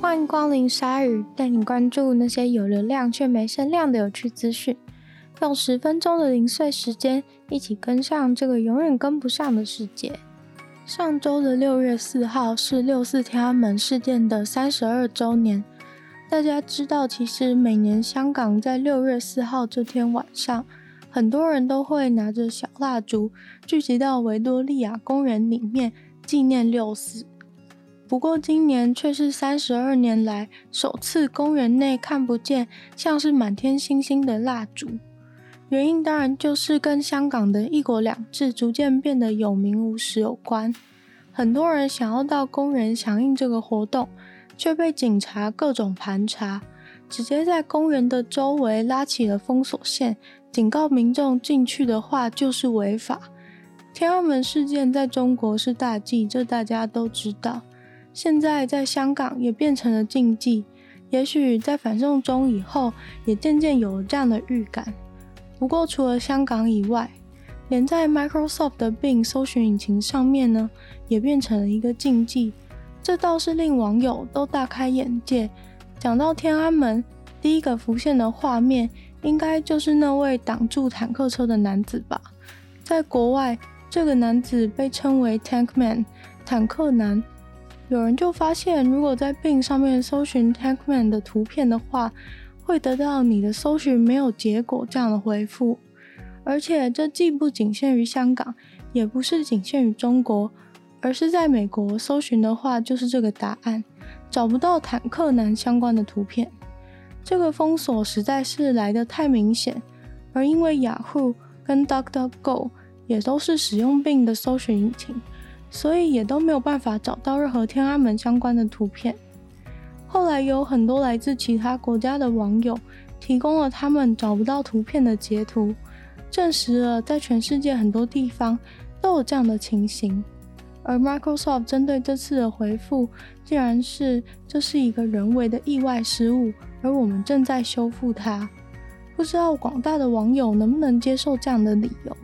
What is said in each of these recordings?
欢迎光临鲨鱼，带你关注那些有流量却没声量的有趣资讯。用10分钟的零碎时间，一起跟上这个永远跟不上的世界。上周的6月4号是6·4天安门事件的32周年。大家知道，其实每年香港在6月4号这天晚上，很多人都会拿着小蜡烛聚集到维多利亚公园里面纪念6·4。不过今年却是32年来首次公园内看不见像是满天星星的蜡烛。原因当然就是跟香港的一国两制逐渐变得有名无实有关。很多人想要到公园响应这个活动，却被警察各种盘查，直接在公园的周围拉起了封锁线，警告民众进去的话就是违法。天安门事件在中国是大忌，这大家都知道。现在在香港也变成了禁忌，也许在反送中以后也渐渐有了这样的预感。不过除了香港以外，连在 Microsoft 的 Bing 搜寻引擎上面呢，也变成了一个禁忌。这倒是令网友都大开眼界。讲到天安门，第一个浮现的画面应该就是那位挡住坦克车的男子吧。在国外，这个男子被称为 Tankman 坦克男。有人就发现，如果在 Bing 上面搜寻 Tankman 的图片的话，会得到你的搜寻没有结果这样的回复。而且这既不仅限于香港，也不是仅限于中国，而是在美国搜寻的话就是这个答案，找不到坦克男相关的图片。这个封锁实在是来得太明显，而因为 Yahoo 跟 DuckDuckGo 也都是使用 Bing 的搜寻引擎，所以也都没有办法找到任何天安门相关的图片。后来有很多来自其他国家的网友提供了他们找不到图片的截图，证实了在全世界很多地方都有这样的情形。而 Microsoft 针对这次的回复，竟然是这是一个人为的意外失误，而我们正在修复它。不知道广大的网友能不能接受这样的理由？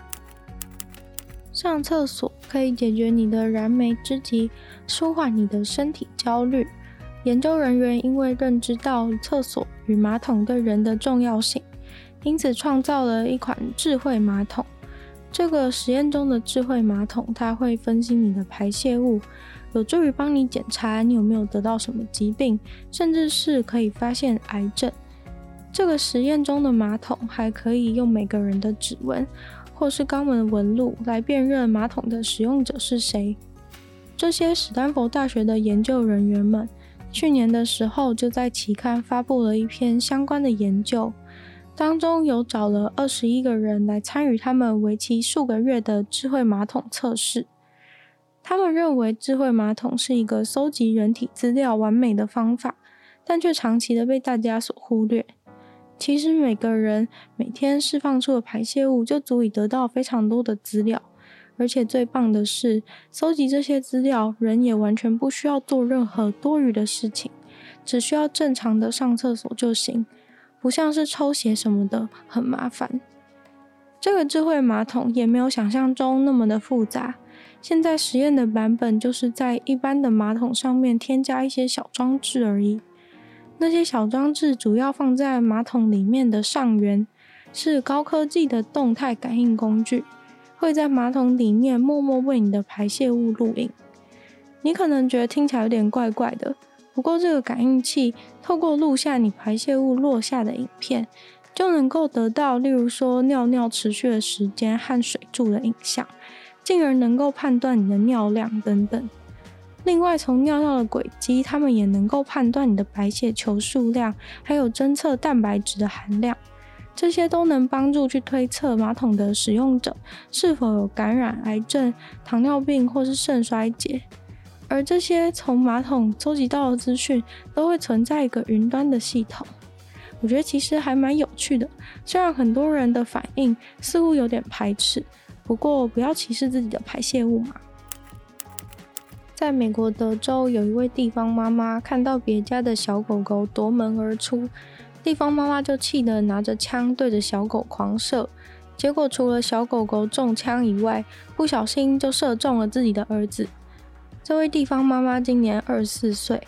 上厕所可以解决你的燃眉之急，舒缓你的身体焦虑。研究人员因为认知到厕所与马桶对人的重要性，因此创造了一款智慧马桶。这个实验中的智慧马桶，它会分析你的排泄物，有助于帮你检查你有没有得到什么疾病，甚至是可以发现癌症。这个实验中的马桶还可以用每个人的指纹或是肛门的纹路来辨认马桶的使用者是谁。这些史丹佛大学的研究人员们去年的时候就在期刊发布了一篇相关的研究，当中有找了21个人来参与他们为期数个月的智慧马桶测试。他们认为智慧马桶是一个搜集人体资料完美的方法，但却长期的被大家所忽略。其实每个人每天释放出的排泄物就足以得到非常多的资料，而且最棒的是，搜集这些资料，人也完全不需要做任何多余的事情，只需要正常的上厕所就行，不像是抽血什么的很麻烦。这个智慧马桶也没有想象中那么的复杂，现在实验的版本就是在一般的马桶上面添加一些小装置而已。那些小装置主要放在马桶里面的上缘，是高科技的动态感应工具，会在马桶里面默默为你的排泄物录影。你可能觉得听起来有点怪怪的，不过这个感应器透过录下你排泄物落下的影片，就能够得到例如说尿尿持续的时间和水柱的影像，进而能够判断你的尿量等等。另外从尿尿的轨迹，他们也能够判断你的白血球数量，还有侦测蛋白质的含量。这些都能帮助去推测马桶的使用者是否有感染癌症、糖尿病或是肾衰竭。而这些从马桶收集到的资讯都会存在一个云端的系统。我觉得其实还蛮有趣的，虽然很多人的反应似乎有点排斥，不过不要歧视自己的排泄物嘛。在美国德州，有一位地方妈妈看到别家的小狗狗夺门而出，地方妈妈就气得拿着枪对着小狗狂射，结果除了小狗狗中枪以外，不小心就射中了自己的儿子。这位地方妈妈今年24岁，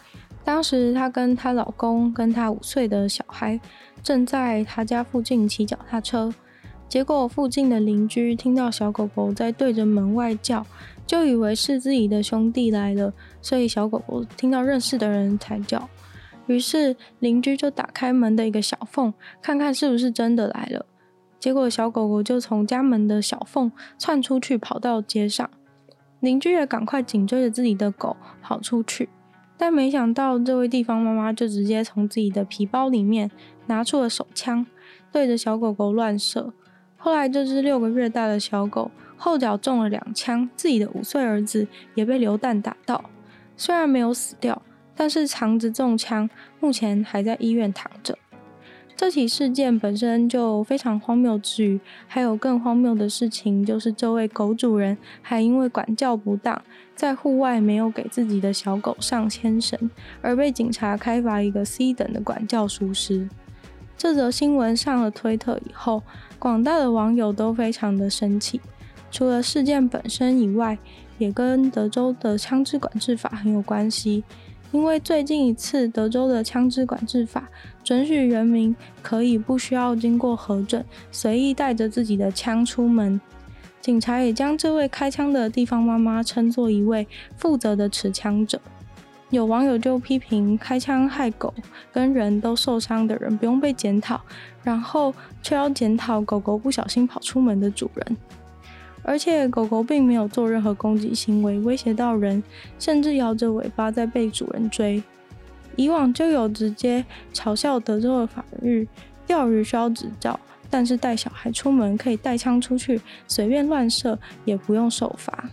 当时她跟她老公跟她5岁的小孩正在她家附近骑脚踏车，结果附近的邻居听到小狗狗在对着门外叫，就以为是自己的兄弟来了，所以小狗狗听到认识的人才叫。于是邻居就打开门的一个小缝，看看是不是真的来了。结果小狗狗就从家门的小缝窜出去，跑到街上。邻居也赶快紧追着自己的狗跑出去，但没想到这位地方妈妈就直接从自己的皮包里面拿出了手枪，对着小狗狗乱射。后来这只6个月大的小狗后脚中了2枪，自己的5岁儿子也被流弹打到，虽然没有死掉，但是肠子中枪，目前还在医院躺着。这起事件本身就非常荒谬之余，还有更荒谬的事情，就是这位狗主人还因为管教不当，在户外没有给自己的小狗上牵绳，而被警察开罚一个 C 等的管教疏失。这则新闻上了推特以后，广大的网友都非常的生气，除了事件本身以外，也跟德州的枪支管制法很有关系。因为最近一次德州的枪支管制法准许人民可以不需要经过核准，随意带着自己的枪出门。警察也将这位开枪的地方妈妈称作一位负责的持枪者。有网友就批评开枪害狗跟人都受伤的人不用被检讨，然后却要检讨狗狗不小心跑出门的主人。而且狗狗并没有做任何攻击行为威胁到人，甚至摇着尾巴在被主人追。以往就有直接嘲笑德州的法律，钓鱼需要执照，但是带小孩出门可以带枪出去随便乱射，也不用受罚。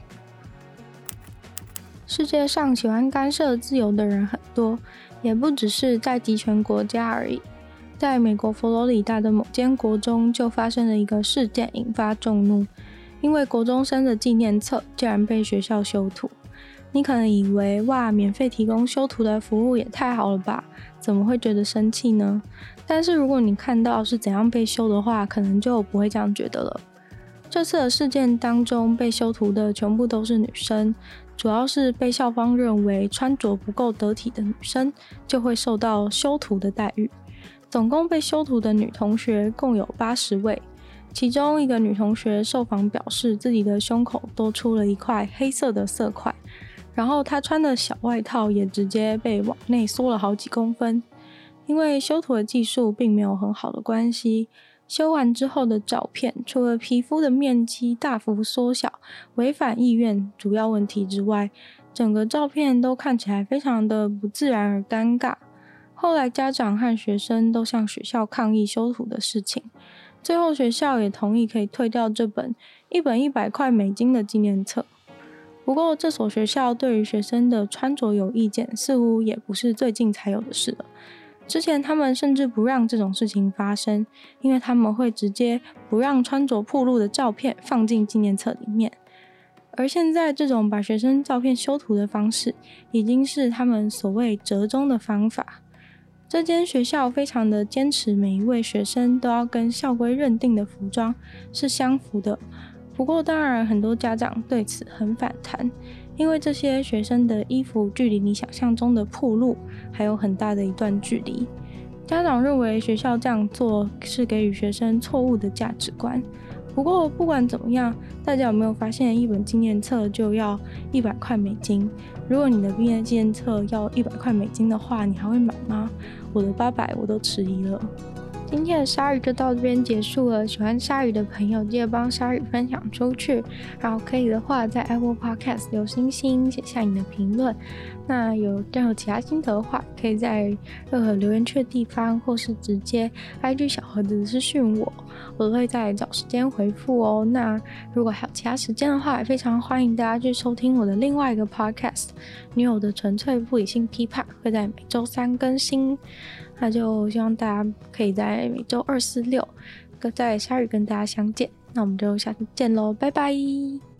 世界上喜欢干涉自由的人很多，也不只是在集权国家而已。在美国佛罗里达的某间国中就发生了一个事件，引发众怒。因为国中生的纪念册竟然被学校修图。你可能以为，哇，免费提供修图的服务也太好了吧，怎么会觉得生气呢？但是如果你看到是怎样被修的话，可能就不会这样觉得了。这次的事件当中，被修图的全部都是女生，主要是被校方认为穿着不够得体的女生就会受到修图的待遇。总共被修图的女同学共有80位。其中一个女同学受访表示，自己的胸口多出了一块黑色的色块，然后她穿的小外套也直接被往内缩了好几公分。因为修图的技术并没有很好的关系，修完之后的照片，除了皮肤的面积大幅缩小，违反意愿主要问题之外，整个照片都看起来非常的不自然而尴尬。后来家长和学生都向学校抗议修图的事情。最后学校也同意可以退掉这本100块美金的纪念册。不过这所学校对于学生的穿着有意见，似乎也不是最近才有的事了。之前他们甚至不让这种事情发生，因为他们会直接不让穿着暴露的照片放进纪念册里面。而现在这种把学生照片修图的方式，已经是他们所谓折中的方法。这间学校非常的坚持每一位学生都要跟校规认定的服装是相符的。不过当然很多家长对此很反弹，因为这些学生的衣服距离你想象中的暴露还有很大的一段距离。家长认为学校这样做是给予学生错误的价值观。不过不管怎么样，大家有没有发现一本纪念册就要100块美金？如果你的毕业纪念册要100块美金的话，你还会买吗？我的800我都迟疑了。今天的鲨鱼就到这边结束了，喜欢鲨鱼的朋友记得帮鲨鱼分享出去，然后可以的话在 Apple Podcast 留星星，写下你的评论。那有任何其他心得的话，可以在任何留言区的地方，或是直接 IG 小盒子私讯我，我都会再找时间回复哦。那如果还有其他时间的话，也非常欢迎大家去收听我的另外一个 podcast 女友的纯粹不理性批判，会在每周3更新。那就希望大家可以在每周2、4、6在鲨鱼跟大家相见。那我们就下次见咯，拜拜。